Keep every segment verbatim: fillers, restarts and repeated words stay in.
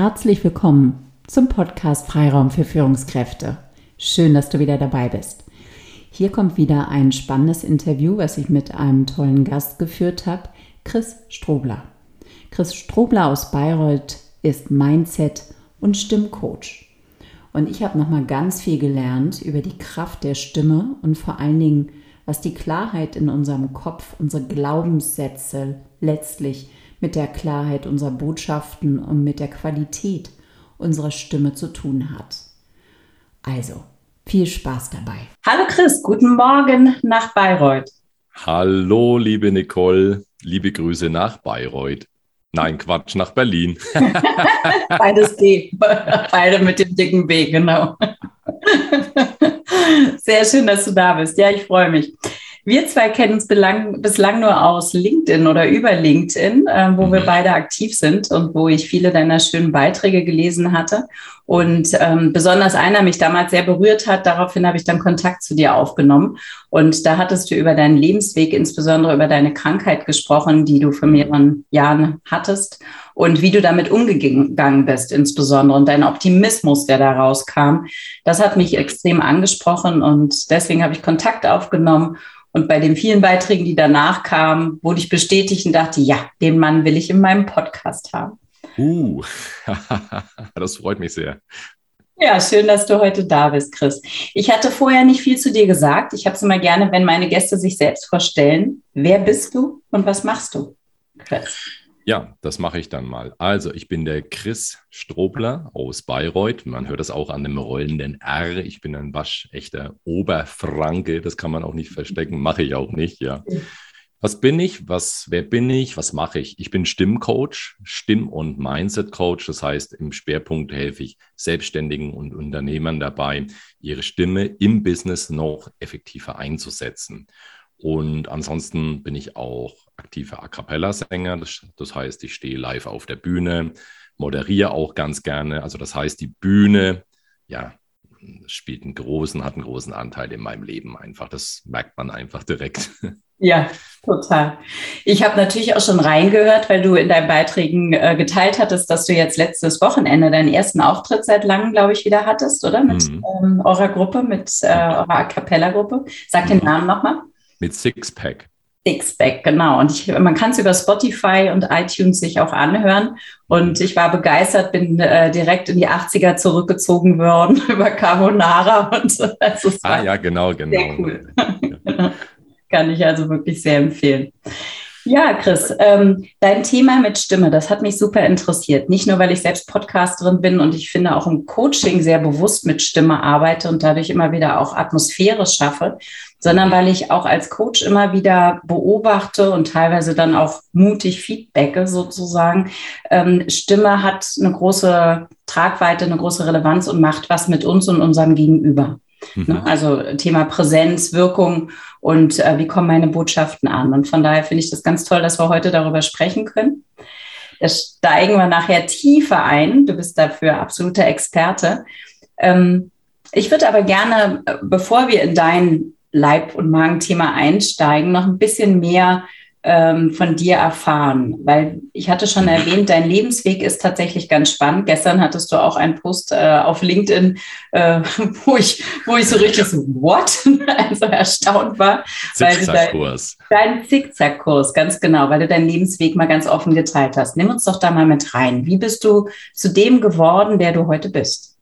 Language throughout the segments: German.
Herzlich willkommen zum Podcast Freiraum für Führungskräfte. Schön, dass du wieder dabei bist. Hier kommt wieder ein spannendes Interview, was ich mit einem tollen Gast geführt habe, Chris Strobler. Chris Strobler aus Bayreuth ist Mindset- und Stimmcoach. Und ich habe nochmal ganz viel gelernt über die Kraft der Stimme und vor allen Dingen, was die Klarheit in unserem Kopf, unsere Glaubenssätze letztlich mit der Klarheit unserer Botschaften und mit der Qualität unserer Stimme zu tun hat. Also, viel Spaß dabei. Hallo Chris, guten Morgen nach Bayreuth. Hallo, liebe Nicole, liebe Grüße nach Bayreuth. Nein, Quatsch, nach Berlin. Beides D, beide mit dem dicken B, genau. Sehr schön, dass du da bist. Ja, ich freue mich. Wir zwei kennen uns bislang, bislang nur aus LinkedIn oder über LinkedIn, äh, wo mhm. wir beide aktiv sind und wo ich viele deiner schönen Beiträge gelesen hatte. Und ähm, besonders einer mich damals sehr berührt hat. Daraufhin habe ich dann Kontakt zu dir aufgenommen. Und da hattest du über deinen Lebensweg, insbesondere über deine Krankheit gesprochen, die du vor mehreren Jahren hattest und wie du damit umgegangen bist, insbesondere und dein Optimismus, der da rauskam. Das hat mich extrem angesprochen und deswegen habe ich Kontakt aufgenommen. Und bei den vielen Beiträgen, die danach kamen, wurde ich bestätigt und dachte, ja, den Mann will ich in meinem Podcast haben. Uh, das freut mich sehr. Ja, schön, dass du heute da bist, Chris. Ich hatte vorher nicht viel zu dir gesagt. Ich habe es immer gerne, wenn meine Gäste sich selbst vorstellen. Wer bist du und was machst du, Chris? Ja, das mache ich dann mal. Also, ich bin der Chris Strobler aus Bayreuth. Man hört das auch an dem rollenden R. Ich bin ein waschechter Oberfranke. Das kann man auch nicht verstecken. Mache ich auch nicht, ja. Was bin ich? Was, wer bin ich? Was mache ich? Ich bin Stimmcoach, Stimm- und Mindset-Coach. Das heißt, im Schwerpunkt helfe ich Selbstständigen und Unternehmern dabei, ihre Stimme im Business noch effektiver einzusetzen. Und ansonsten bin ich auch aktiver A-Cappella-Sänger. Das, das heißt, ich stehe live auf der Bühne, moderiere auch ganz gerne. Also das heißt, die Bühne, ja, spielt einen großen, hat einen großen Anteil in meinem Leben einfach. Das merkt man einfach direkt. Ja, total. Ich habe natürlich auch schon reingehört, weil du in deinen Beiträgen äh, geteilt hattest, dass du jetzt letztes Wochenende deinen ersten Auftritt seit langem, glaube ich, wieder hattest, oder? Mit mhm. ähm, eurer Gruppe, mit äh, eurer A-Cappella-Gruppe. Sag mhm. den Namen nochmal. Mit Sixpack. Sixpack, genau. Und ich, man kann es über Spotify und iTunes sich auch anhören. Und ich war begeistert, bin äh, direkt in die achtziger zurückgezogen worden über Carbonara. Und so. Also, ah ja, genau, genau. Sehr cool. Ja. Kann ich also wirklich sehr empfehlen. Ja, Chris, ähm, dein Thema mit Stimme, das hat mich super interessiert. Nicht nur, weil ich selbst Podcasterin bin und ich finde auch im Coaching sehr bewusst mit Stimme arbeite und dadurch immer wieder auch Atmosphäre schaffe, sondern weil ich auch als Coach immer wieder beobachte und teilweise dann auch mutig feedbacke sozusagen. Ähm, Stimme hat eine große Tragweite, eine große Relevanz und macht was mit uns und unserem Gegenüber. Mhm. Also Thema Präsenz, Wirkung und äh, wie kommen meine Botschaften an. Und von daher finde ich das ganz toll, dass wir heute darüber sprechen können. Da steigen wir nachher tiefer ein. Du bist dafür absoluter Experte. Ähm, ich würde aber gerne, bevor wir in dein Leib- und Magenthema einsteigen, noch ein bisschen mehr ähm, von dir erfahren. Weil ich hatte schon erwähnt, dein Lebensweg ist tatsächlich ganz spannend. Gestern hattest du auch einen Post äh, auf LinkedIn, äh, wo, ich, wo ich so richtig so, what? Also erstaunt war. Zickzackkurs. Dein Zickzackkurs, ganz genau, weil du deinen Lebensweg mal ganz offen geteilt hast. Nimm uns doch da mal mit rein. Wie bist du zu dem geworden, der du heute bist?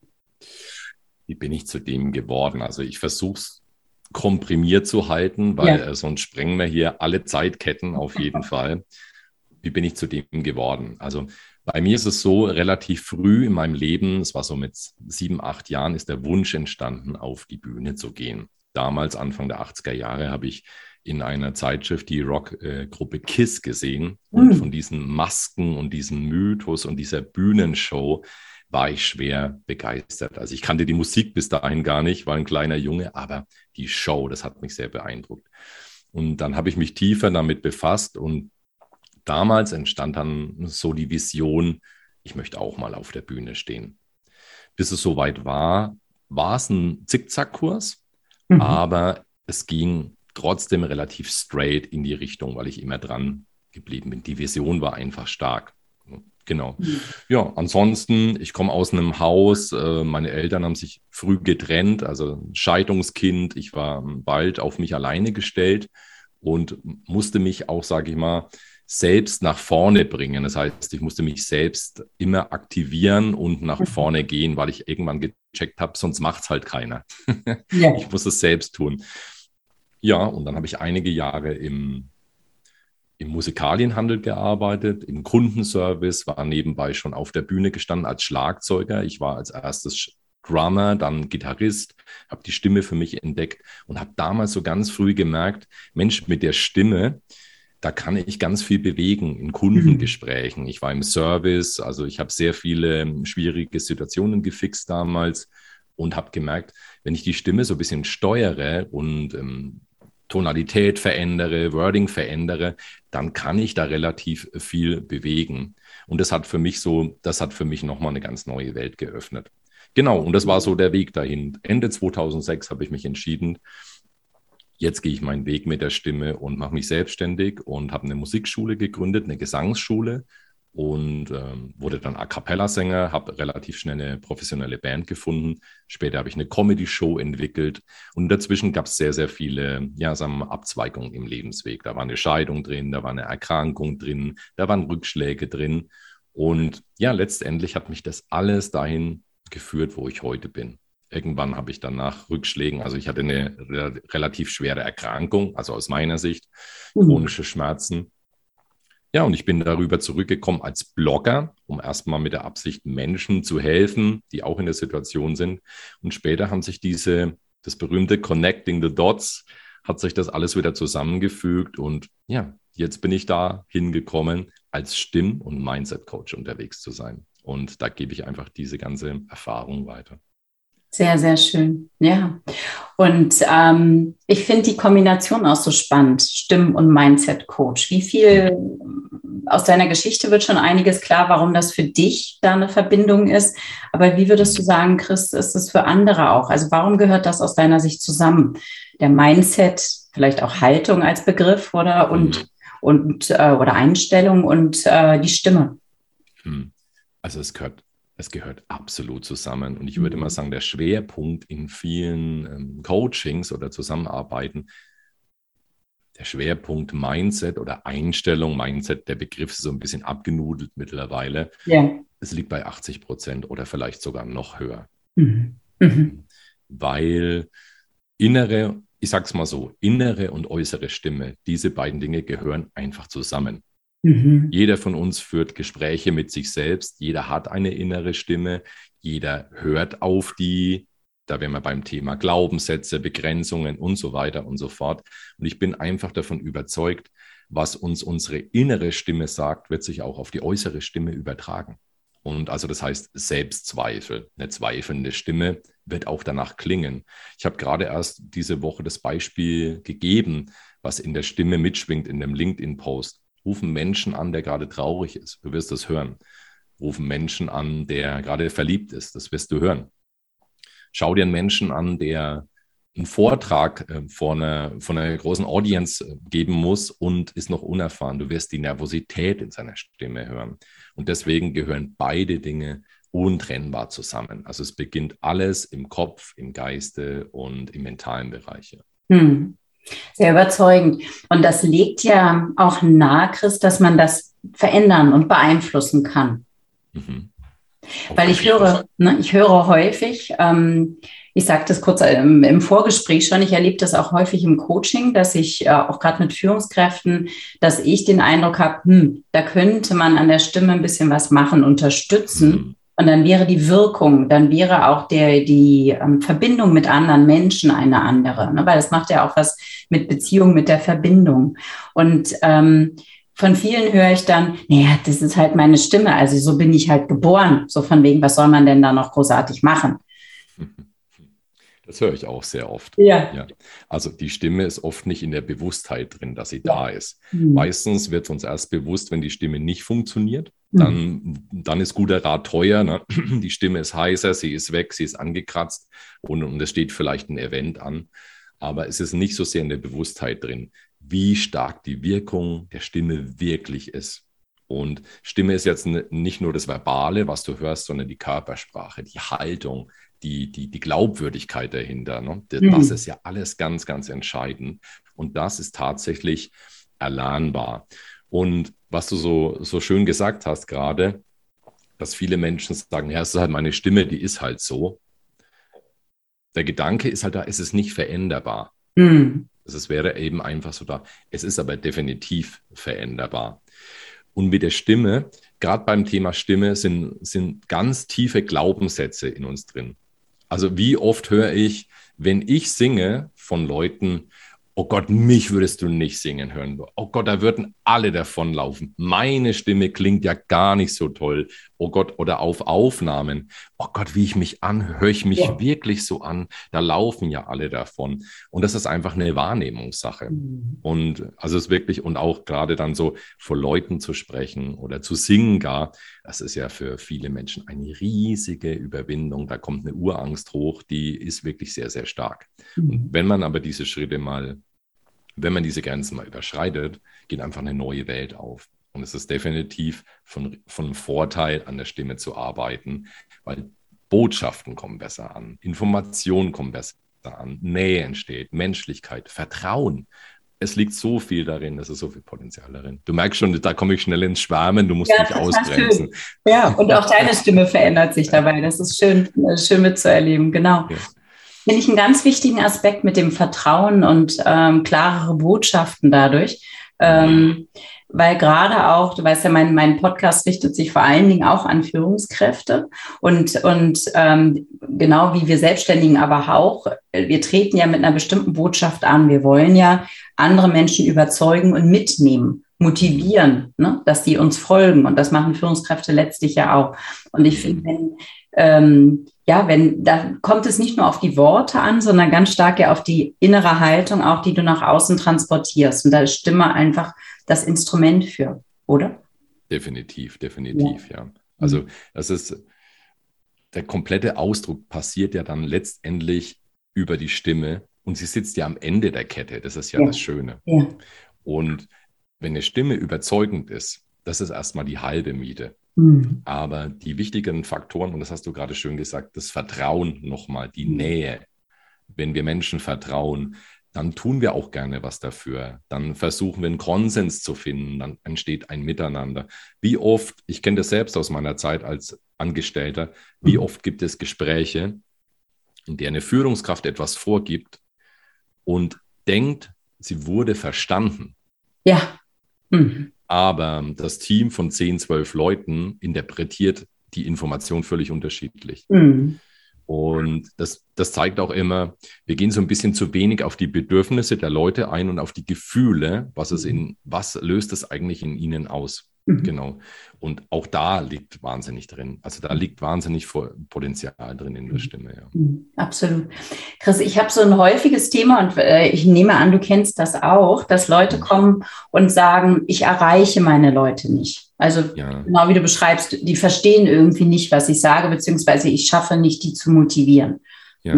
Wie bin ich zu dem geworden? Also ich versuche es komprimiert zu halten, weil ja. äh, sonst sprengen wir hier alle Zeitketten auf jeden Fall. Wie bin ich zu dem geworden? Also bei mir ist es so, relativ früh in meinem Leben, es war so mit sieben, acht Jahren, ist der Wunsch entstanden, auf die Bühne zu gehen. Damals, Anfang der achtziger Jahre, habe ich in einer Zeitschrift die Rockgruppe äh, KISS gesehen. Mhm. Und von diesen Masken und diesem Mythos und dieser Bühnenshow war ich schwer begeistert. Also ich kannte die Musik bis dahin gar nicht, war ein kleiner Junge, aber die Show, das hat mich sehr beeindruckt. Und dann habe ich mich tiefer damit befasst und damals entstand dann so die Vision, ich möchte auch mal auf der Bühne stehen. Bis es soweit war, war es ein Zickzackkurs, mhm. aber es ging trotzdem relativ straight in die Richtung, weil ich immer dran geblieben bin. Die Vision war einfach stark. Genau. Ja, ansonsten, ich komme aus einem Haus, äh, meine Eltern haben sich früh getrennt, also Scheidungskind. Ich war bald auf mich alleine gestellt und musste mich auch, sage ich mal, selbst nach vorne bringen. Das heißt, ich musste mich selbst immer aktivieren und nach vorne gehen, weil ich irgendwann gecheckt habe, sonst macht es halt keiner. Ja. Ich muss es selbst tun. Ja, und dann habe ich einige Jahre im im Musikalienhandel gearbeitet, im Kundenservice, war nebenbei schon auf der Bühne gestanden als Schlagzeuger. Ich war als erstes Drummer, dann Gitarrist, habe die Stimme für mich entdeckt und habe damals so ganz früh gemerkt, Mensch, mit der Stimme, da kann ich ganz viel bewegen in Kundengesprächen. Ich war im Service, also ich habe sehr viele schwierige Situationen gefixt damals und habe gemerkt, wenn ich die Stimme so ein bisschen steuere und ähm, Tonalität verändere, Wording verändere, dann kann ich da relativ viel bewegen. Und das hat für mich so, das hat für mich nochmal eine ganz neue Welt geöffnet. Genau, und das war so der Weg dahin. Ende zweitausendsechs habe ich mich entschieden, jetzt gehe ich meinen Weg mit der Stimme und mache mich selbstständig und habe eine Musikschule gegründet, eine Gesangsschule und ähm, wurde dann A-Cappella-Sänger, habe relativ schnell eine professionelle Band gefunden. Später habe ich eine Comedy-Show entwickelt und dazwischen gab es sehr, sehr viele, ja, sagen wir mal, Abzweigungen im Lebensweg. Da war eine Scheidung drin, da war eine Erkrankung drin, da waren Rückschläge drin und ja, letztendlich hat mich das alles dahin geführt, wo ich heute bin. Irgendwann habe ich dann nach Rückschlägen, also ich hatte eine re- relativ schwere Erkrankung, also aus meiner Sicht, chronische Schmerzen. Ja, und ich bin darüber zurückgekommen als Blogger, um erstmal mit der Absicht, Menschen zu helfen, die auch in der Situation sind. Und später haben sich diese, das berühmte Connecting the Dots, hat sich das alles wieder zusammengefügt. Und ja, jetzt bin ich da hingekommen, als Stimm- und Mindset-Coach unterwegs zu sein. Und da gebe ich einfach diese ganze Erfahrung weiter. Sehr, sehr schön. Ja. Und ähm, ich finde die Kombination auch so spannend, Stimm- und Mindset-Coach. Wie viel aus deiner Geschichte wird schon einiges klar, warum das für dich da eine Verbindung ist. Aber wie würdest du sagen, Chris, ist es für andere auch? Also warum gehört das aus deiner Sicht zusammen? Der Mindset, vielleicht auch Haltung als Begriff oder und, mhm. und äh, oder Einstellung und äh, die Stimme. Also es gehört Es gehört absolut zusammen. Und ich würde mal sagen, der Schwerpunkt in vielen ähm, Coachings oder Zusammenarbeiten, der Schwerpunkt Mindset oder Einstellung, Mindset, der Begriff ist so ein bisschen abgenudelt mittlerweile. Ja. Es liegt bei achtzig Prozent oder vielleicht sogar noch höher. Mhm. Mhm. Weil innere, ich sag's mal so, innere und äußere Stimme, diese beiden Dinge gehören einfach zusammen. Mhm. Jeder von uns führt Gespräche mit sich selbst. Jeder hat eine innere Stimme. Jeder hört auf die. Da wären wir beim Thema Glaubenssätze, Begrenzungen und so weiter und so fort. Und ich bin einfach davon überzeugt, was uns unsere innere Stimme sagt, wird sich auch auf die äußere Stimme übertragen. Und also das heißt Selbstzweifel. Eine zweifelnde Stimme wird auch danach klingen. Ich habe gerade erst diese Woche das Beispiel gegeben, was in der Stimme mitschwingt in dem LinkedIn-Post. Rufen Menschen an, der gerade traurig ist. Du wirst das hören. Rufen Menschen an, der gerade verliebt ist. Das wirst du hören. Schau dir einen Menschen an, der einen Vortrag äh, vor, einer, vor einer großen Audience äh, geben muss und ist noch unerfahren. Du wirst die Nervosität in seiner Stimme hören. Und deswegen gehören beide Dinge untrennbar zusammen. Also es beginnt alles im Kopf, im Geiste und im mentalen Bereich. Hm. Sehr überzeugend. Und das legt ja auch nahe, Chris, dass man das verändern und beeinflussen kann. Mhm. Weil ich höre, ne, ich höre häufig, ähm, ich sagte es kurz im, im Vorgespräch schon, ich erlebe das auch häufig im Coaching, dass ich äh, auch gerade mit Führungskräften, dass ich den Eindruck habe, hm, da könnte man an der Stimme ein bisschen was machen, unterstützen. Mhm. Und dann wäre die Wirkung, dann wäre auch der, die ähm, Verbindung mit anderen Menschen eine andere, ne? Weil das macht ja auch was mit Beziehung, mit der Verbindung. Und ähm, von vielen höre ich dann, naja, das ist halt meine Stimme, also so bin ich halt geboren. So von wegen, was soll man denn da noch großartig machen? Das höre ich auch sehr oft. Ja. Ja. Also die Stimme ist oft nicht in der Bewusstheit drin, dass sie ja. da ist. Mhm. Meistens wird uns erst bewusst, wenn die Stimme nicht funktioniert. Dann, mhm. dann ist guter Rat teuer. Ne? Die Stimme ist heißer, sie ist weg, sie ist angekratzt und, und es steht vielleicht ein Event an. Aber es ist nicht so sehr in der Bewusstheit drin, wie stark die Wirkung der Stimme wirklich ist. Und Stimme ist jetzt nicht nur das Verbale, was du hörst, sondern die Körpersprache, die Haltung, die, die, die Glaubwürdigkeit dahinter. Ne? Das Mhm. ist ja alles ganz, ganz entscheidend. Und das ist tatsächlich erlernbar. Und was du so, so schön gesagt hast gerade, dass viele Menschen sagen, ja, es ist halt meine Stimme, die ist halt so. Der Gedanke ist halt da, es ist nicht veränderbar. Mhm. Es wäre eben einfach so da. Es ist aber definitiv veränderbar. Und mit der Stimme, gerade beim Thema Stimme, sind, sind ganz tiefe Glaubenssätze in uns drin. Also wie oft höre ich, wenn ich singe von Leuten, oh Gott, mich würdest du nicht singen hören. Oh Gott, da würden alle davonlaufen. Meine Stimme klingt ja gar nicht so toll. Oh Gott, oder auf Aufnahmen. Oh Gott, wie ich mich anhöre, höre ich mich Ja. wirklich so an. Da laufen ja alle davon. Und das ist einfach eine Wahrnehmungssache. Mhm. Und also es ist wirklich, und auch gerade dann so vor Leuten zu sprechen oder zu singen gar, das ist ja für viele Menschen eine riesige Überwindung. Da kommt eine Urangst hoch, die ist wirklich sehr, sehr stark. Und wenn man aber diese Schritte mal, wenn man diese Grenzen mal überschreitet, geht einfach eine neue Welt auf. Und es ist definitiv von, von Vorteil, an der Stimme zu arbeiten, weil Botschaften kommen besser an, Informationen kommen besser an, Nähe entsteht, Menschlichkeit, Vertrauen. Es liegt so viel darin, es ist so viel Potenzial darin. Du merkst schon, da komme ich schnell ins Schwärmen, du musst Ja, mich total ausbremsen. schön. Ja, und auch deine Stimme verändert sich dabei. Das ist schön, schön mitzuerleben, genau. Ja. Finde ich einen ganz wichtigen Aspekt mit dem Vertrauen und ähm, klarere Botschaften dadurch. Ähm, weil gerade auch, du weißt ja, mein, mein Podcast richtet sich vor allen Dingen auch an Führungskräfte und, und ähm, genau wie wir Selbstständigen aber auch, wir treten ja mit einer bestimmten Botschaft an. Wir wollen ja andere Menschen überzeugen und mitnehmen, motivieren, ne? Dass die uns folgen. Und das machen Führungskräfte letztlich ja auch. Und ich finde, wenn ähm, ja, wenn, da kommt es nicht nur auf die Worte an, sondern ganz stark ja auf die innere Haltung, auch die du nach außen transportierst. Und da ist Stimme einfach das Instrument für, oder? Definitiv, definitiv, ja. ja. Also das ist, der komplette Ausdruck passiert ja dann letztendlich über die Stimme und sie sitzt ja am Ende der Kette. Das ist ja, ja. das Schöne. Ja. Und wenn eine Stimme überzeugend ist, das ist erstmal die halbe Miete. Mhm. Aber die wichtigen Faktoren, und das hast du gerade schön gesagt, das Vertrauen nochmal, die mhm. Nähe. Wenn wir Menschen vertrauen, dann tun wir auch gerne was dafür. Dann versuchen wir einen Konsens zu finden, dann entsteht ein Miteinander. Wie oft, ich kenne das selbst aus meiner Zeit als Angestellter, wie oft gibt es Gespräche, in der eine Führungskraft etwas vorgibt und denkt, sie wurde verstanden. Ja. Mhm. Aber das Team von zehn, zwölf Leuten interpretiert die Information völlig unterschiedlich. Mhm. Und das, das zeigt auch immer, wir gehen so ein bisschen zu wenig auf die Bedürfnisse der Leute ein und auf die Gefühle, was es in, was löst es eigentlich in ihnen aus. Mhm. Genau. Und auch da liegt wahnsinnig drin. Also da liegt wahnsinnig Potenzial drin in der Stimme. Ja. Mhm. Absolut. Chris, ich habe so ein häufiges Thema und äh, ich nehme an, du kennst das auch, dass Leute kommen und sagen, ich erreiche meine Leute nicht. Also ja. Genau wie du beschreibst, die verstehen irgendwie nicht, was ich sage, beziehungsweise ich schaffe nicht, die zu motivieren. Ja.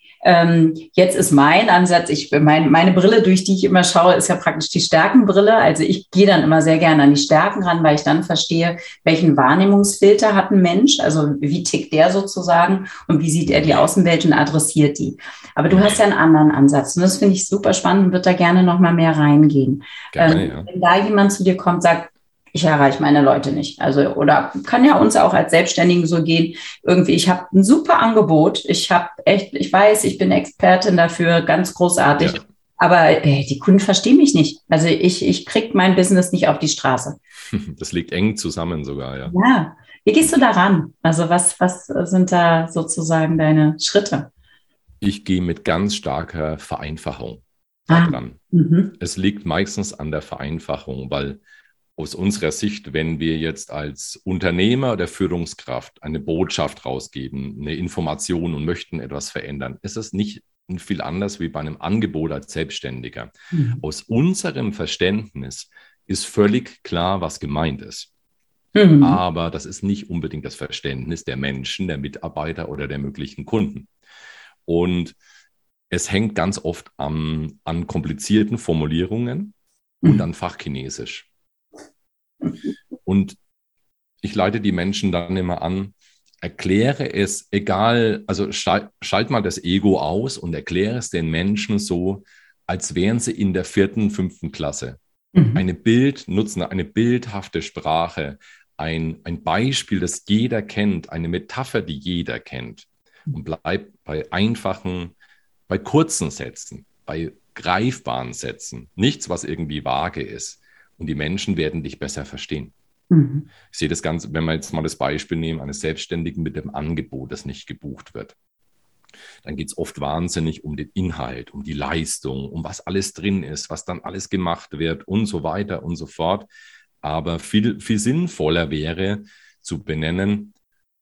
Ähm, jetzt ist mein Ansatz, ich, mein, meine Brille, durch die ich immer schaue, ist ja praktisch die Stärkenbrille. Also ich gehe dann immer sehr gerne an die Stärken ran, weil ich dann verstehe, welchen Wahrnehmungsfilter hat ein Mensch, also wie tickt der sozusagen und wie sieht er die Außenwelt und adressiert die. Aber du hast ja einen anderen Ansatz und das finde ich super spannend und würde da gerne noch mal mehr reingehen. Gerne, ähm, ja. Wenn da jemand zu dir kommt und sagt, ich erreiche meine Leute nicht. Also, oder kann ja uns auch als Selbstständigen so gehen. Irgendwie, ich habe ein super Angebot. Ich habe echt, ich weiß, ich bin Expertin dafür, ganz großartig. Ja. Aber ey, die Kunden verstehen mich nicht. Also ich, ich kriege mein Business nicht auf die Straße. Das liegt eng zusammen sogar, ja. Ja. Wie gehst du daran? Also was, was sind da sozusagen deine Schritte? Ich gehe mit ganz starker Vereinfachung da dran. Ah. Mhm. Es liegt meistens an der Vereinfachung, weil aus unserer Sicht, wenn wir jetzt als Unternehmer oder Führungskraft eine Botschaft rausgeben, eine Information und möchten etwas verändern, ist es nicht viel anders wie bei einem Angebot als Selbstständiger. Mhm. Aus unserem Verständnis ist völlig klar, was gemeint ist. Mhm. Aber das ist nicht unbedingt das Verständnis der Menschen, der Mitarbeiter oder der möglichen Kunden. Und es hängt ganz oft an, an komplizierten Formulierungen mhm. und an Fachchinesisch. Und ich leite die Menschen dann immer an, erkläre es, egal, also schalt, schalt mal das Ego aus und erkläre es den Menschen so, als wären sie in der vierten, fünften Klasse. Mhm. Eine Bild, nutzen eine bildhafte Sprache, ein, ein Beispiel, das jeder kennt, eine Metapher, die jeder kennt. Und bleib bei einfachen, bei kurzen Sätzen, bei greifbaren Sätzen, nichts, was irgendwie vage ist. Und die Menschen werden dich besser verstehen. Mhm. Ich sehe das Ganze, wenn wir jetzt mal das Beispiel nehmen, eines Selbstständigen mit dem Angebot, das nicht gebucht wird. Dann geht es oft wahnsinnig um den Inhalt, um die Leistung, um was alles drin ist, was dann alles gemacht wird und so weiter und so fort. Aber viel, viel sinnvoller wäre zu benennen,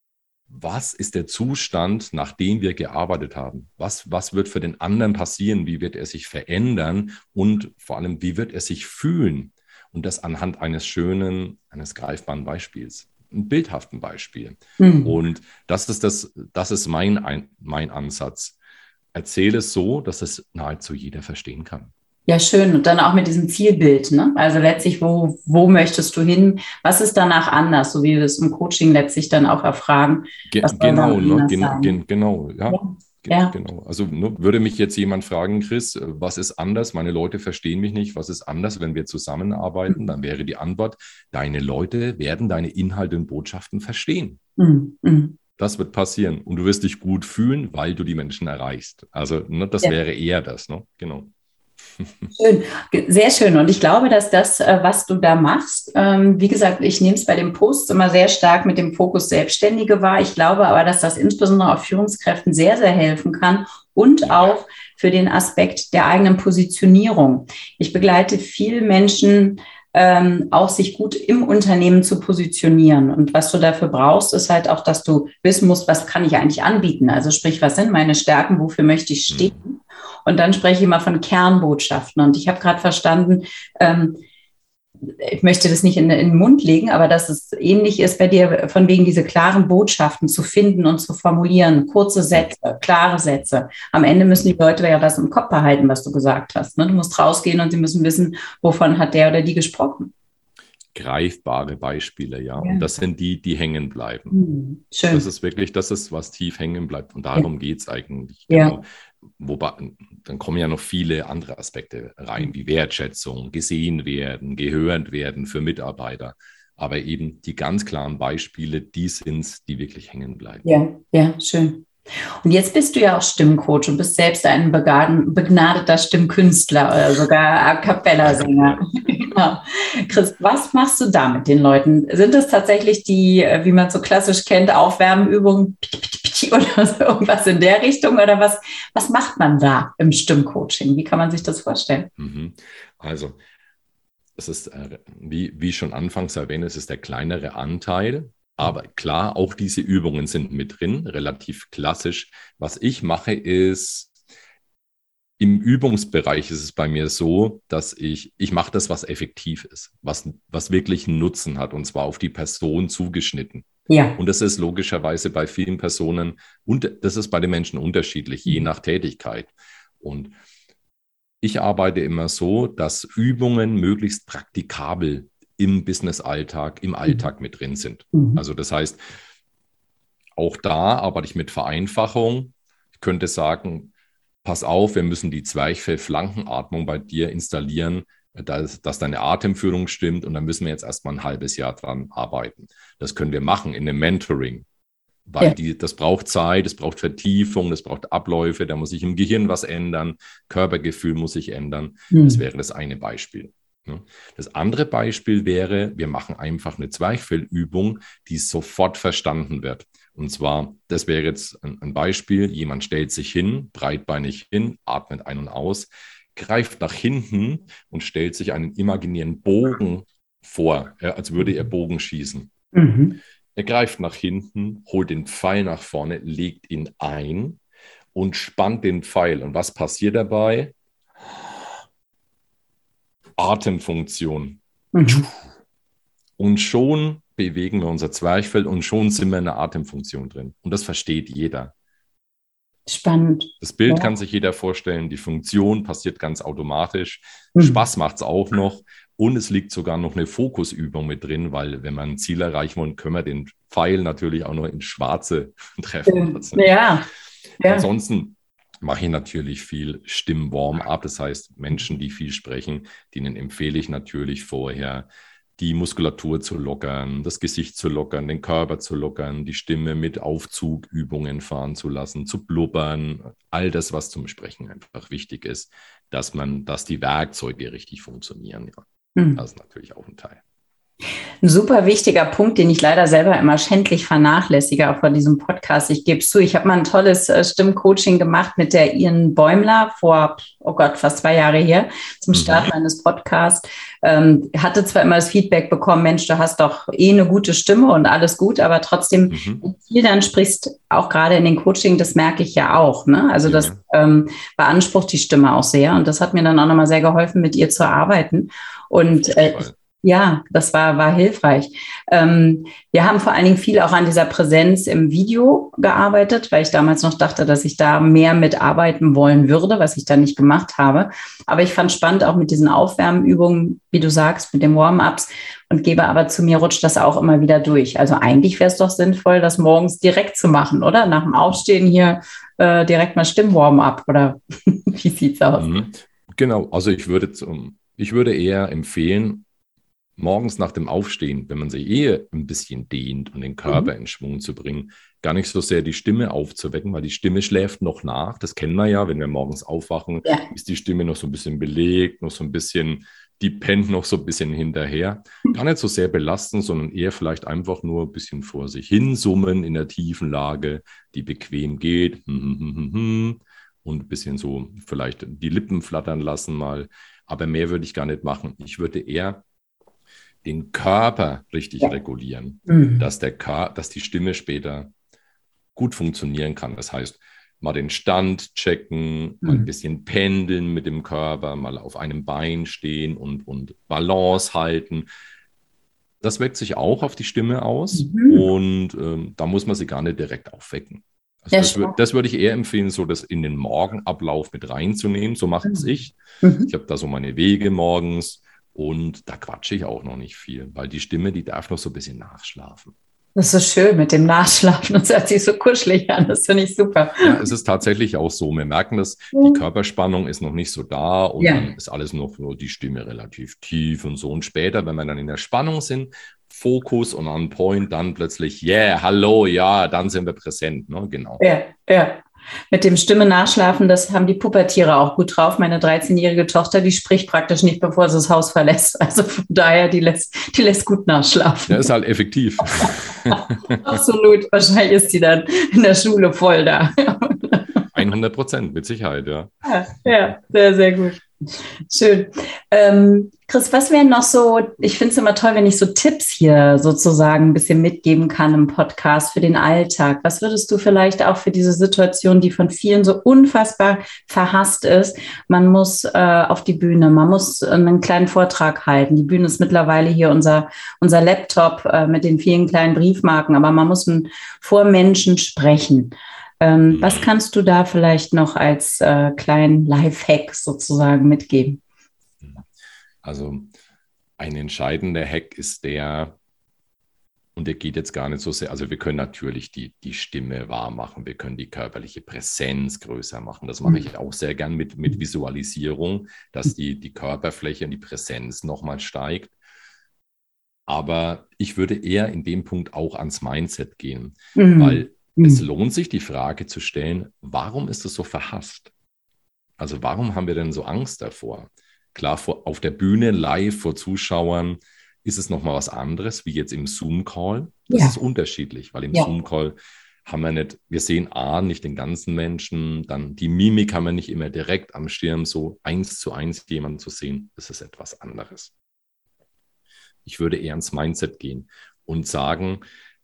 was ist der Zustand, nachdem wir gearbeitet haben? Was, was wird für den anderen passieren? Wie wird er sich verändern? Und vor allem, wie wird er sich fühlen? Und das anhand eines schönen, eines greifbaren Beispiels, einem bildhaften Beispiel. Mhm. Und das ist, das, das ist mein, mein Ansatz. Erzähle es so, dass es nahezu jeder verstehen kann. Ja, schön. Und dann auch mit diesem Zielbild, ne? Also letztlich, wo, wo möchtest du hin? Was ist danach anders? So wie wir es im Coaching letztlich dann auch erfragen. Ge- genau, ne? Gen- gen- genau, ja. ja. Ja. Genau. Also ne, würde mich jetzt jemand fragen, Chris, was ist anders? Meine Leute verstehen mich nicht. Was ist anders, wenn wir zusammenarbeiten? Dann wäre die Antwort, deine Leute werden deine Inhalte und Botschaften verstehen. Mhm. Das wird passieren. Und du wirst dich gut fühlen, weil du die Menschen erreichst. Also ne, das ja. wäre eher das. Ne? Genau. Schön, sehr schön. Und ich glaube, dass das, was du da machst, wie gesagt, ich nehme es bei den Posts immer sehr stark mit dem Fokus Selbstständige wahr. Ich glaube aber, dass das insbesondere auch Führungskräften sehr, sehr helfen kann und auch für den Aspekt der eigenen Positionierung. Ich begleite viele Menschen, ähm, auch sich gut im Unternehmen zu positionieren. Und was du dafür brauchst, ist halt auch, dass du wissen musst, was kann ich eigentlich anbieten? Also sprich, was sind meine Stärken, wofür möchte ich stehen? Mhm. Und dann spreche ich immer von Kernbotschaften. Und ich habe gerade verstanden, ähm, ich möchte das nicht in, in den Mund legen, aber dass es ähnlich ist bei dir, von wegen diese klaren Botschaften zu finden und zu formulieren, kurze Sätze, klare Sätze. Am Ende müssen die Leute ja das im Kopf behalten, was du gesagt hast. Ne? Du musst rausgehen und sie müssen wissen, wovon hat der oder die gesprochen. Greifbare Beispiele, ja. ja. Und das sind die, die hängen bleiben. Hm, schön. Das ist wirklich, das ist, was tief hängen bleibt. Und darum ja. geht es eigentlich. Ja. Genau. Wobei, dann kommen ja noch viele andere Aspekte rein, wie Wertschätzung, gesehen werden, gehört werden für Mitarbeiter. Aber eben die ganz klaren Beispiele, die sind es, die wirklich hängen bleiben. Ja, ja, schön. Und jetzt bist du ja auch Stimmcoach und bist selbst ein begnadeter Stimmkünstler oder sogar A Cappella-Sänger. Genau. Chris, was machst du da mit den Leuten? Sind das tatsächlich die, wie man so klassisch kennt, Aufwärmübungen oder so irgendwas in der Richtung? Oder was, was macht man da im Stimmcoaching? Wie kann man sich das vorstellen? Also, es ist, wie, wie schon anfangs erwähnt, es ist der kleinere Anteil. Aber klar, auch diese Übungen sind mit drin, relativ klassisch. Was ich mache ist, im Übungsbereich ist es bei mir so, dass ich, ich mache das, was effektiv ist, was, was wirklich einen Nutzen hat, und zwar auf die Person zugeschnitten. Ja. Und das ist logischerweise bei vielen Personen, und das ist bei den Menschen unterschiedlich, je nach Tätigkeit. Und ich arbeite immer so, dass Übungen möglichst praktikabel im Business-Alltag, im Alltag mit drin sind. Mhm. Also das heißt, auch da arbeite ich mit Vereinfachung. Ich könnte sagen, pass auf, wir müssen die Zwerchfell-Flankenatmung bei dir installieren, dass, dass deine Atemführung stimmt, und dann müssen wir jetzt erstmal ein halbes Jahr dran arbeiten. Das können wir machen in einem Mentoring, weil ja. die, das braucht Zeit, das braucht Vertiefung, das braucht Abläufe, da muss sich im Gehirn was ändern, Körpergefühl muss sich ändern. Mhm. Das wäre das eine Beispiel. Das andere Beispiel wäre, wir machen einfach eine Zwerchfellübung, die sofort verstanden wird. Und zwar, das wäre jetzt ein Beispiel, jemand stellt sich hin, breitbeinig hin, atmet ein und aus, greift nach hinten und stellt sich einen imaginären Bogen vor, als würde er Bogen schießen. Mhm. Er greift nach hinten, holt den Pfeil nach vorne, legt ihn ein und spannt den Pfeil. Und was passiert dabei? Atemfunktion. Mhm. Und schon bewegen wir unser Zwerchfell und schon sind wir in der Atemfunktion drin. Und das versteht jeder. Spannend. Das Bild ja. kann sich jeder vorstellen. Die Funktion passiert ganz automatisch. Mhm. Spaß macht es auch noch. Und es liegt sogar noch eine Fokusübung mit drin, weil wenn wir ein Ziel erreichen wollen, können wir den Pfeil natürlich auch nur ins Schwarze treffen. Also, ja. ja. Ansonsten mache ich natürlich viel Stimm-Warm-up. Das heißt, Menschen, die viel sprechen, denen empfehle ich natürlich vorher, die Muskulatur zu lockern, das Gesicht zu lockern, den Körper zu lockern, die Stimme mit Aufzugübungen fahren zu lassen, zu blubbern. All das, was zum Sprechen einfach wichtig ist, dass man, dass die Werkzeuge richtig funktionieren. Ja. Mhm. Das ist natürlich auch ein Teil. Ein super wichtiger Punkt, den ich leider selber immer schändlich vernachlässige, auch bei diesem Podcast. Ich gebe es zu, ich habe mal ein tolles äh, Stimmcoaching gemacht mit der Ian Bäumler vor, oh Gott, fast zwei Jahre her, zum Start mhm. meines Podcasts. Ähm, hatte zwar immer das Feedback bekommen, Mensch, du hast doch eh eine gute Stimme und alles gut, aber trotzdem, mhm. wie viel dann sprichst, auch gerade in den Coaching, das merke ich ja auch. Ne? Also ja. das ähm, beansprucht die Stimme auch sehr und das hat mir dann auch nochmal sehr geholfen, mit ihr zu arbeiten. Und äh, ja, das war, war hilfreich. Ähm, wir haben vor allen Dingen viel auch an dieser Präsenz im Video gearbeitet, weil ich damals noch dachte, dass ich da mehr mitarbeiten wollen würde, was ich dann nicht gemacht habe. Aber ich fand spannend auch mit diesen Aufwärmübungen, wie du sagst, mit den Warm-ups und gebe aber zu mir rutscht das auch immer wieder durch. Also eigentlich wäre es doch sinnvoll, das morgens direkt zu machen, oder? Nach dem Aufstehen hier äh, direkt mal Stimm-Warm-up oder wie sieht's aus? Genau, also ich würde, ich würde eher empfehlen, morgens nach dem Aufstehen, wenn man sich eh ein bisschen dehnt und den Körper mhm. in Schwung zu bringen, gar nicht so sehr die Stimme aufzuwecken, weil die Stimme schläft noch nach. Das kennen wir ja, wenn wir morgens aufwachen, ja. ist die Stimme noch so ein bisschen belegt, noch so ein bisschen, die pennt noch so ein bisschen hinterher. Gar nicht so sehr belastend, sondern eher vielleicht einfach nur ein bisschen vor sich hin summen in der tiefen Lage, die bequem geht und ein bisschen so vielleicht die Lippen flattern lassen mal. Aber mehr würde ich gar nicht machen. Ich würde eher den Körper richtig ja. regulieren, mhm. dass, der Kör- dass die Stimme später gut funktionieren kann. Das heißt, mal den Stand checken, mhm. mal ein bisschen pendeln mit dem Körper, mal auf einem Bein stehen und, und Balance halten. Das wirkt sich auch auf die Stimme aus mhm. und ähm, da muss man sie gar nicht direkt aufwecken. Also ja, das, wür- das würde ich eher empfehlen, so das in den Morgenablauf mit reinzunehmen. So mache es mhm. ich. Mhm. Ich habe da so meine Wege morgens. Und da quatsche ich auch noch nicht viel, weil die Stimme, die darf noch so ein bisschen nachschlafen. Das ist schön mit dem Nachschlafen. Das hört sich so kuschelig an. Das finde ich super. Ja, es ist tatsächlich auch so. Wir merken das, die Körperspannung ist noch nicht so da und ja. dann ist alles noch nur die Stimme relativ tief und so. Und später, wenn wir dann in der Spannung sind, Fokus und on point, dann plötzlich, yeah, hallo, ja, dann sind wir präsent. Ne? Genau. Ja, ja. Mit dem Stimme nachschlafen, das haben die Pubertiere auch gut drauf. Meine dreizehnjährige Tochter, die spricht praktisch nicht, bevor sie das Haus verlässt. Also von daher, die lässt, die lässt gut nachschlafen. Ja, ist halt effektiv. Absolut. Wahrscheinlich ist sie dann in der Schule voll da. hundert Prozent, mit Sicherheit, ja. Ja, ja, sehr, sehr gut. Schön. Ähm, Chris, was wären noch so, ich finde es immer toll, wenn ich so Tipps hier sozusagen ein bisschen mitgeben kann im Podcast für den Alltag. Was würdest du vielleicht auch für diese Situation, die von vielen so unfassbar verhasst ist? Man muss äh, auf die Bühne, man muss einen kleinen Vortrag halten. Die Bühne ist mittlerweile hier unser, unser Laptop äh, mit den vielen kleinen Briefmarken, aber man muss vor Menschen sprechen. Ähm, was kannst du da vielleicht noch als äh, kleinen Lifehack sozusagen mitgeben? Also ein entscheidender Hack ist der, und der geht jetzt gar nicht so sehr, also wir können natürlich die, die Stimme wahr machen, wir können die körperliche Präsenz größer machen. Das mache ich auch sehr gern mit, mit Visualisierung, dass die, die Körperfläche und die Präsenz nochmal steigt. Aber ich würde eher in dem Punkt auch ans Mindset gehen, mhm. weil es lohnt sich, die Frage zu stellen, warum ist es so verhasst? Also warum haben wir denn so Angst davor? Klar, vor, auf der Bühne, live vor Zuschauern, ist es nochmal was anderes, wie jetzt im Zoom-Call. Das ja. ist unterschiedlich, weil im ja. Zoom-Call haben wir nicht, wir sehen A, nicht den ganzen Menschen, dann die Mimik haben wir nicht immer direkt am Schirm, so eins zu eins jemanden zu sehen, das ist etwas anderes. Ich würde eher ins Mindset gehen und sagen,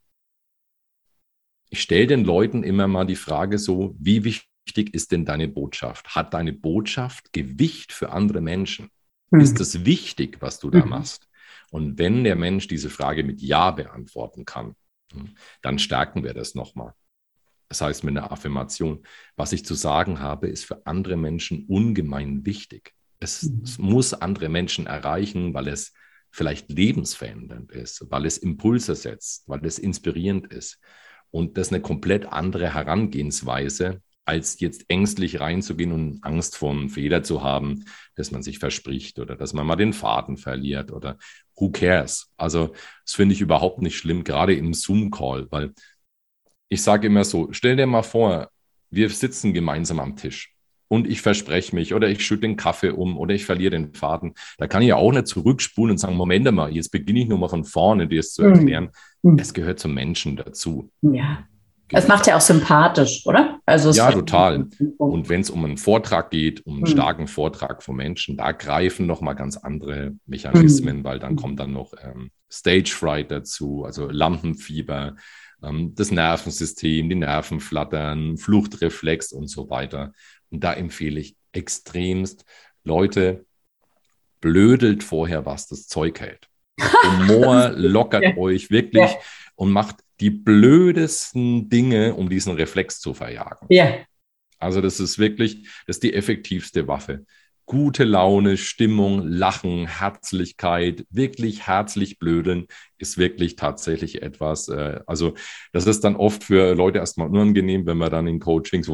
ich stelle den Leuten immer mal die Frage so, wie wichtig ist denn deine Botschaft? Hat deine Botschaft Gewicht für andere Menschen? Mhm. Ist es wichtig, was du da mhm. machst? Und wenn der Mensch diese Frage mit Ja beantworten kann, dann stärken wir das nochmal. Das heißt mit einer Affirmation, was ich zu sagen habe, ist für andere Menschen ungemein wichtig. Es, mhm. es muss andere Menschen erreichen, weil es vielleicht lebensverändernd ist, weil es Impulse setzt, weil es inspirierend ist. Und das ist eine komplett andere Herangehensweise, als jetzt ängstlich reinzugehen und Angst vor einem Fehler zu haben, dass man sich verspricht oder dass man mal den Faden verliert oder who cares? Also das finde ich überhaupt nicht schlimm, gerade im Zoom-Call, weil ich sage immer so, stell dir mal vor, wir sitzen gemeinsam am Tisch und ich verspreche mich oder ich schütte den Kaffee um oder ich verliere den Faden. Da kann ich ja auch nicht zurückspulen und sagen, Moment mal, jetzt beginne ich nur mal von vorne, dir es zu erklären. Mhm. Es gehört zum Menschen dazu. Ja. Es macht ja auch sympathisch, oder? Also ja, total. Und wenn es um einen Vortrag geht, um einen mhm. starken Vortrag von Menschen, da greifen nochmal ganz andere Mechanismen, mhm. weil dann kommt dann noch ähm, Stage Fright dazu, also Lampenfieber, ähm, das Nervensystem, die Nerven flattern, Fluchtreflex und so weiter. Und da empfehle ich extremst, Leute, blödelt vorher, was das Zeug hält. Humor lockert ja. euch wirklich ja. und macht die blödesten Dinge, um diesen Reflex zu verjagen. Ja. Also das ist wirklich, das ist die effektivste Waffe. Gute Laune, Stimmung, Lachen, Herzlichkeit, wirklich herzlich blödeln ist wirklich tatsächlich etwas, äh, also das ist dann oft für Leute erstmal unangenehm, wenn wir dann in Coachings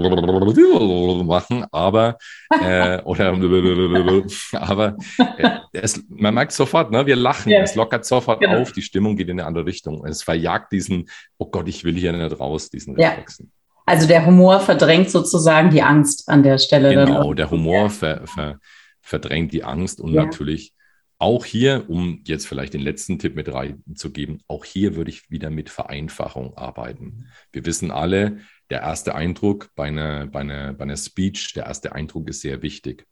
machen, aber äh, oder aber äh, es, man merkt sofort, ne, wir lachen, ja. es lockert sofort genau. auf, die Stimmung geht in eine andere Richtung. Es verjagt diesen, oh Gott, ich will hier nicht raus, diesen Reflexen. Ja. Also der Humor verdrängt sozusagen die Angst an der Stelle. Genau, dann der Humor ver, ver, verdrängt die Angst und ja. natürlich auch hier, um jetzt vielleicht den letzten Tipp mit reinzugeben, auch hier würde ich wieder mit Vereinfachung arbeiten. Wir wissen alle, der erste Eindruck bei einer, bei einer, bei einer Speech, der erste Eindruck ist sehr wichtig.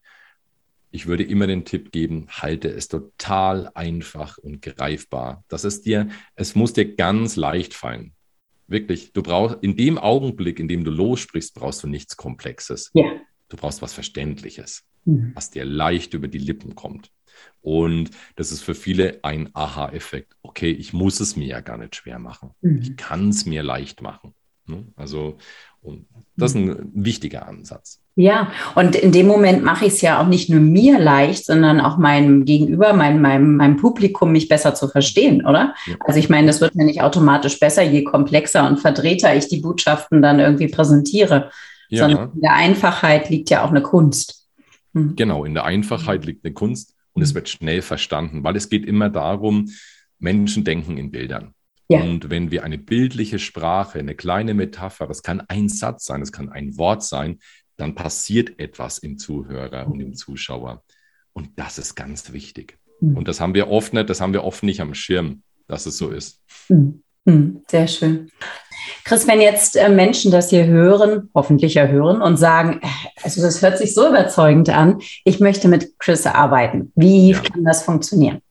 Ich würde immer den Tipp geben, halte es total einfach und greifbar. Das ist dir, es muss dir ganz leicht fallen. Wirklich, du brauchst in dem Augenblick, in dem du lossprichst, brauchst du nichts Komplexes. Ja. Du brauchst was Verständliches, mhm. was dir leicht über die Lippen kommt. Und das ist für viele ein Aha-Effekt. Okay, ich muss es mir ja gar nicht schwer machen. Mhm. Ich kann es mir leicht machen. Also, und das ist ein wichtiger Ansatz. Ja, und in dem Moment mache ich es ja auch nicht nur mir leicht, sondern auch meinem Gegenüber, meinem, meinem, meinem Publikum, mich besser zu verstehen, oder? Ja. Also ich meine, das wird mir nicht automatisch besser, je komplexer und verdrehter ich die Botschaften dann irgendwie präsentiere. Ja. Sondern in der Einfachheit liegt ja auch eine Kunst. Hm. Genau, in der Einfachheit liegt eine Kunst und es wird schnell verstanden, weil es geht immer darum, Menschen denken in Bildern. Ja. Und wenn wir eine bildliche Sprache, eine kleine Metapher, das kann ein Satz sein, das kann ein Wort sein, dann passiert etwas im Zuhörer und im Zuschauer. Und das ist ganz wichtig. Mhm. Und das haben wir oft nicht, das haben wir oft nicht am Schirm, dass es so ist. Mhm. Sehr schön. Chris, wenn jetzt äh, Menschen das hier hören, hoffentlich ja hören und sagen, also das hört sich so überzeugend an, ich möchte mit Chris arbeiten. Wie ja. kann das funktionieren?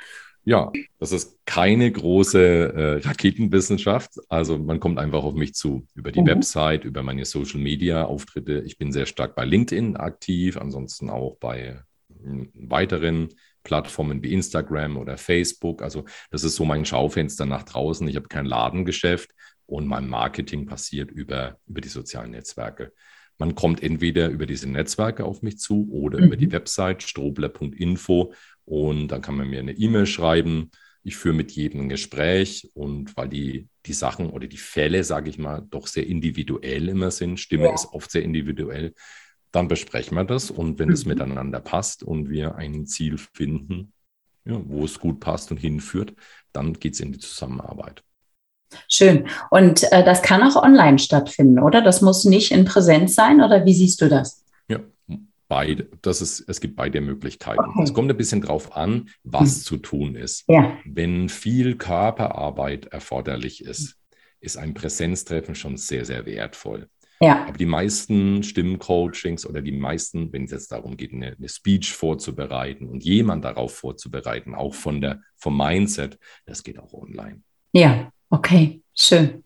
Ja, das ist keine große äh, Raketenwissenschaft. Also man kommt einfach auf mich zu, über die mhm. Website, über meine Social-Media-Auftritte. Ich bin sehr stark bei LinkedIn aktiv, ansonsten auch bei äh, weiteren Plattformen wie Instagram oder Facebook. Also das ist so mein Schaufenster nach draußen. Ich habe kein Ladengeschäft und mein Marketing passiert über, über die sozialen Netzwerke. Man kommt entweder über diese Netzwerke auf mich zu oder mhm. über die Website strobler punkt info und dann kann man mir eine E-Mail schreiben. Ich führe mit jedem ein Gespräch und weil die, die Sachen oder die Fälle, sage ich mal, doch sehr individuell immer sind, Stimme ja. ist oft sehr individuell, dann besprechen wir das und wenn es mhm. miteinander passt und wir ein Ziel finden, ja, wo es gut passt und hinführt, dann geht es in die Zusammenarbeit. Schön. Und äh, das kann auch online stattfinden, oder? Das muss nicht in Präsenz sein, oder wie siehst du das? Ja, beide. Das ist, es gibt beide Möglichkeiten. Okay. Es kommt ein bisschen drauf an, was hm. zu tun ist. Ja. Wenn viel Körperarbeit erforderlich ist, ist ein Präsenztreffen schon sehr, sehr wertvoll. Ja. Aber die meisten Stimmcoachings oder die meisten, wenn es jetzt darum geht, eine, eine Speech vorzubereiten und jemand darauf vorzubereiten, auch von der, vom Mindset, das geht auch online. Ja. Okay, schön.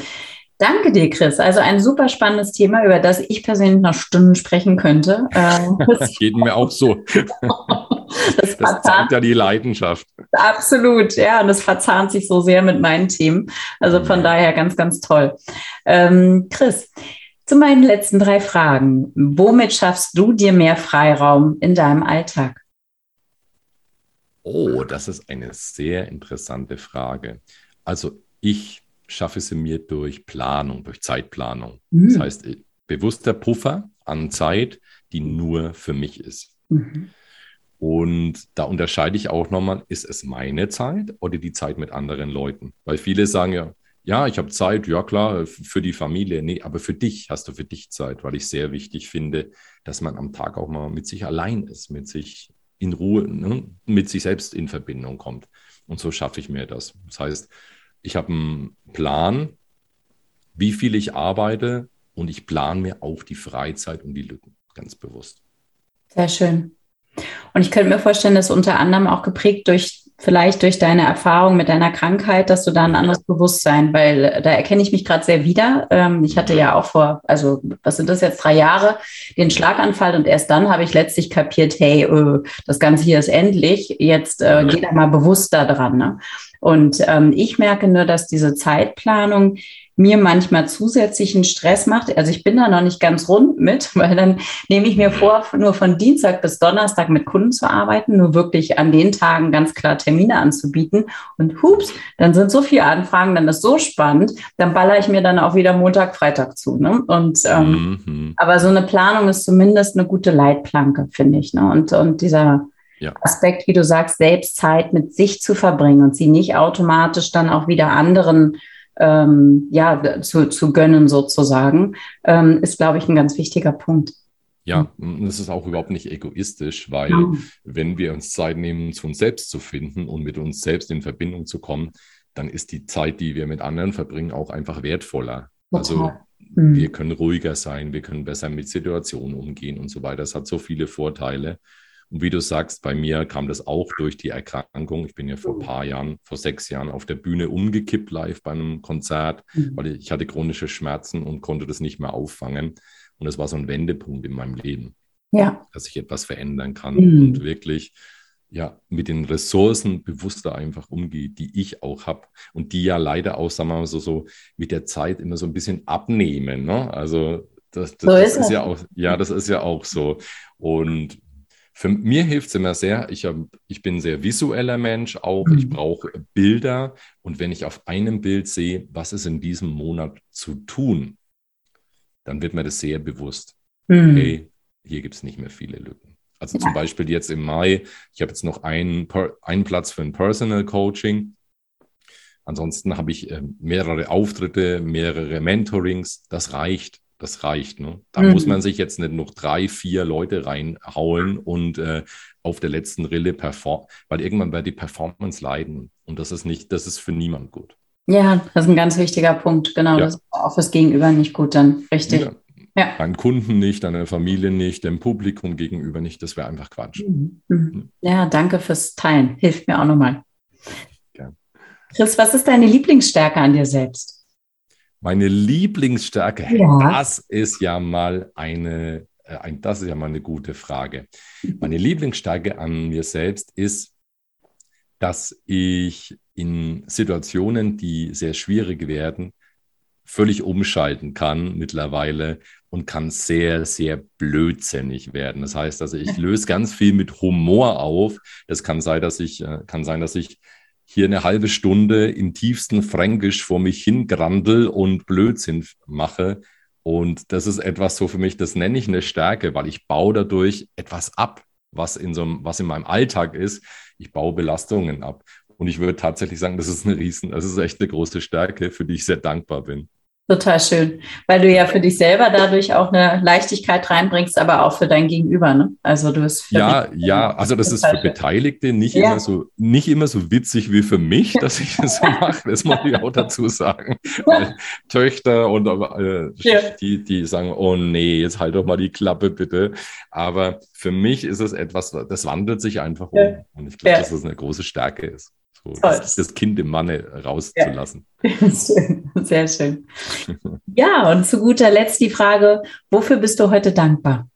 Danke dir, Chris. Also ein super spannendes Thema, über das ich persönlich noch Stunden sprechen könnte. Das geht mir auch so. Das, das zeigt ja die Leidenschaft. Absolut, ja. Und das verzahnt sich so sehr mit meinen Themen. Also von ja. daher ganz, ganz toll. Ähm, Chris, Zu meinen letzten drei Fragen. Womit schaffst du dir mehr Freiraum in deinem Alltag? Oh, das ist eine sehr interessante Frage. Also ich schaffe sie mir durch Planung, durch Zeitplanung. Mhm. Das heißt, bewusster Puffer an Zeit, die nur für mich ist. Mhm. Und da unterscheide ich auch nochmal, ist es meine Zeit oder die Zeit mit anderen Leuten? Weil viele sagen ja, ja, ich habe Zeit, ja klar, für die Familie. Nee, aber für dich hast du für dich Zeit, weil ich sehr wichtig finde, dass man am Tag auch mal mit sich allein ist, mit sich in Ruhe, ne, mit sich selbst in Verbindung kommt. Und so schaffe ich mir das. Das heißt, ich habe einen Plan, wie viel ich arbeite, und ich plane mir auch die Freizeit und die Lücken, ganz bewusst. Sehr schön. Und ich könnte mir vorstellen, dass unter anderem auch geprägt durch, vielleicht durch deine Erfahrung mit deiner Krankheit, dass du da ein anderes Bewusstsein, weil da erkenne ich mich gerade sehr wieder. Ich hatte ja auch vor, also was sind das jetzt, drei Jahre, den Schlaganfall, und erst dann habe ich letztlich kapiert, hey, das Ganze hier ist endlich, jetzt äh, geh da mal bewusst da dran. Ne? Und ähm, ich merke nur, dass diese Zeitplanung mir manchmal zusätzlichen Stress macht. Also ich bin da noch nicht ganz rund mit, weil dann nehme ich mir vor, nur von Dienstag bis Donnerstag mit Kunden zu arbeiten, nur wirklich an den Tagen ganz klar Termine anzubieten. Und hups, dann sind so viele Anfragen, dann ist so spannend, dann baller ich mir dann auch wieder Montag, Freitag zu. Ne? Und ähm, mhm. aber so eine Planung ist zumindest eine gute Leitplanke, finde ich. Ne? Und, und dieser ja. Aspekt, wie du sagst, selbst Zeit mit sich zu verbringen und sie nicht automatisch dann auch wieder anderen Ähm, ja, zu, zu gönnen sozusagen, ähm, ist, glaube ich, ein ganz wichtiger Punkt. Ja, und das ist auch überhaupt nicht egoistisch, weil ja. wenn wir uns Zeit nehmen, zu uns selbst zu finden und mit uns selbst in Verbindung zu kommen, dann ist die Zeit, die wir mit anderen verbringen, auch einfach wertvoller. Total. Also mhm. wir können ruhiger sein, wir können besser mit Situationen umgehen und so weiter. Das hat so viele Vorteile. Und wie du sagst, bei mir kam das auch durch die Erkrankung. Ich bin ja vor ein paar Jahren, vor sechs Jahren auf der Bühne umgekippt live bei einem Konzert, mhm. weil ich hatte chronische Schmerzen und konnte das nicht mehr auffangen. Und das war so ein Wendepunkt in meinem Leben, ja. dass ich etwas verändern kann mhm. und wirklich ja, mit den Ressourcen bewusster einfach umgehe, die ich auch habe und die ja leider auch, sagen wir mal so, so mit der Zeit immer so ein bisschen abnehmen. Ne? Also das, das, so das ist, ist ja auch, ja, das ist ja auch so. Und für mir hilft es immer sehr, ich, hab, ich bin ein sehr visueller Mensch auch, mhm. ich brauche Bilder, und wenn ich auf einem Bild sehe, was ist in diesem Monat zu tun, dann wird mir das sehr bewusst. Mhm. Hey, hier gibt es nicht mehr viele Lücken. Also ja. zum Beispiel jetzt im Mai, ich habe jetzt noch einen, einen Platz für ein Personal Coaching. Ansonsten habe ich äh, mehrere Auftritte, mehrere Mentorings, das reicht. Das reicht. Ne? Da mhm. muss man sich jetzt nicht noch drei, vier Leute reinhauen und äh, auf der letzten Rille performen, weil irgendwann wird die Performance leiden. Und das ist nicht, das ist für niemand gut. Ja, das ist ein ganz wichtiger Punkt. Genau, ja. Das ist auch fürs Gegenüber nicht gut dann. Richtig. Ja. Ja. Deinen Kunden nicht, deiner Familie nicht, dem Publikum gegenüber nicht. Das wäre einfach Quatsch. Mhm. Mhm. Ja, danke fürs Teilen. Hilft mir auch nochmal. Ja. Chris, was ist deine Lieblingsstärke an dir selbst? Meine Lieblingsstärke, ja. das ist ja mal eine, äh, ein, das ist ja mal eine gute Frage. Meine Lieblingsstärke an mir selbst ist, dass ich in Situationen, die sehr schwierig werden, völlig umschalten kann mittlerweile und kann sehr, sehr blödsinnig werden. Das heißt, also ich löse ganz viel mit Humor auf. Das kann sein, dass ich, äh, kann sein, dass ich hier eine halbe Stunde im tiefsten Fränkisch vor mich hingrandel und Blödsinn mache. Und das ist etwas so für mich, das nenne ich eine Stärke, weil ich baue dadurch etwas ab, was in so einem, was in meinem Alltag ist. Ich baue Belastungen ab. Und ich würde tatsächlich sagen, das ist eine Riesen, das ist echt eine große Stärke, für die ich sehr dankbar bin. Total schön, weil du ja für dich selber dadurch auch eine Leichtigkeit reinbringst, aber auch für dein Gegenüber, ne? Also du bist ja, ja, also das ist für Beteiligte nicht ja. immer so, nicht immer so witzig wie für mich, dass ich das so mache. Das muss ich auch dazu sagen. Weil Töchter und äh, ja. die, die sagen, oh nee, jetzt halt doch mal die Klappe bitte. Aber für mich ist es etwas, das wandelt sich einfach um. Ja. Und ich glaube, ja. dass das eine große Stärke ist. So, das, das Kind im Manne rauszulassen. Ja. Schön. Sehr schön. Ja, und zu guter Letzt die Frage, wofür bist du heute dankbar?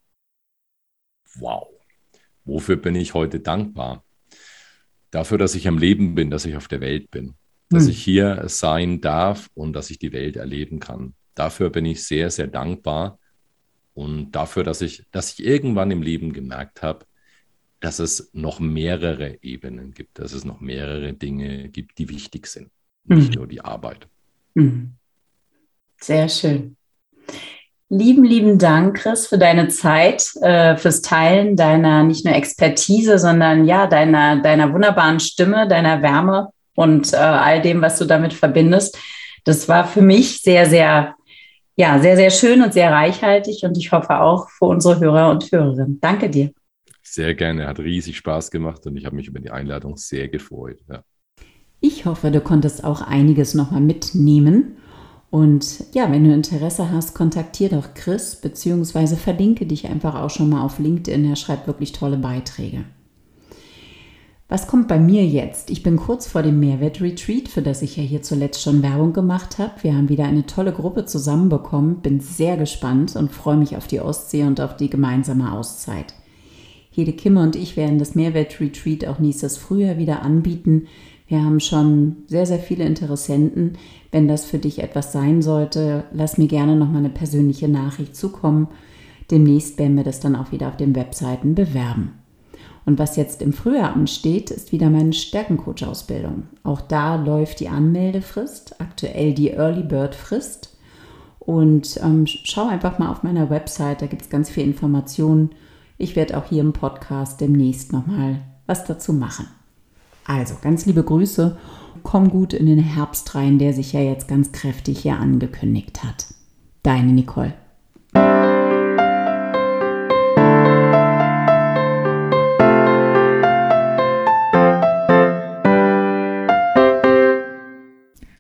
Wow. Wofür bin ich heute dankbar? Dafür, dass ich am Leben bin, dass ich auf der Welt bin. Dass hm. ich hier sein darf und dass ich die Welt erleben kann. dafür bin ich sehr, sehr dankbar und dafür, dass ich, dass ich irgendwann im Leben gemerkt habe, dass es noch mehrere Ebenen gibt, dass es noch mehrere Dinge gibt, die wichtig sind, nicht mhm. nur die Arbeit. Mhm. Sehr schön. Lieben, lieben Dank, Chris, für deine Zeit, äh, fürs Teilen deiner nicht nur Expertise, sondern ja, deiner, deiner wunderbaren Stimme, deiner Wärme und äh, all dem, was du damit verbindest. Das war für mich sehr, sehr, ja, sehr, sehr schön und sehr reichhaltig und ich hoffe auch für unsere Hörer und Hörerinnen. Danke dir. Sehr gerne, hat riesig Spaß gemacht und ich habe mich über die Einladung sehr gefreut. Ja. Ich hoffe, du konntest auch einiges nochmal mitnehmen. Und ja, wenn du Interesse hast, kontaktiere doch Chris, beziehungsweise verlinke dich einfach auch schon mal auf LinkedIn. Er schreibt wirklich tolle Beiträge. Was kommt bei mir jetzt? Ich bin kurz vor dem Mehrwert-Retreat, für das ich ja hier zuletzt schon Werbung gemacht habe. Wir haben wieder eine tolle Gruppe zusammenbekommen, bin sehr gespannt und freue mich auf die Ostsee und auf die gemeinsame Auszeit. Hede Kimme und ich werden das Mehrwert-Retreat auch nächstes Frühjahr wieder anbieten. Wir haben schon sehr, sehr viele Interessenten. Wenn das für dich etwas sein sollte, lass mir gerne nochmal eine persönliche Nachricht zukommen. Demnächst werden wir das dann auch wieder auf den Webseiten bewerben. Und was jetzt im Frühjahr ansteht, ist wieder meine Stärkencoach-Ausbildung. Auch da läuft die Anmeldefrist, aktuell die Early Bird Frist. Und ähm, schau einfach mal auf meiner Website, da gibt es ganz viele Informationen. Ich werde auch hier im Podcast demnächst nochmal was dazu machen. Also, ganz liebe Grüße, komm gut in den Herbst rein, der sich ja jetzt ganz kräftig hier angekündigt hat. Deine Nicole.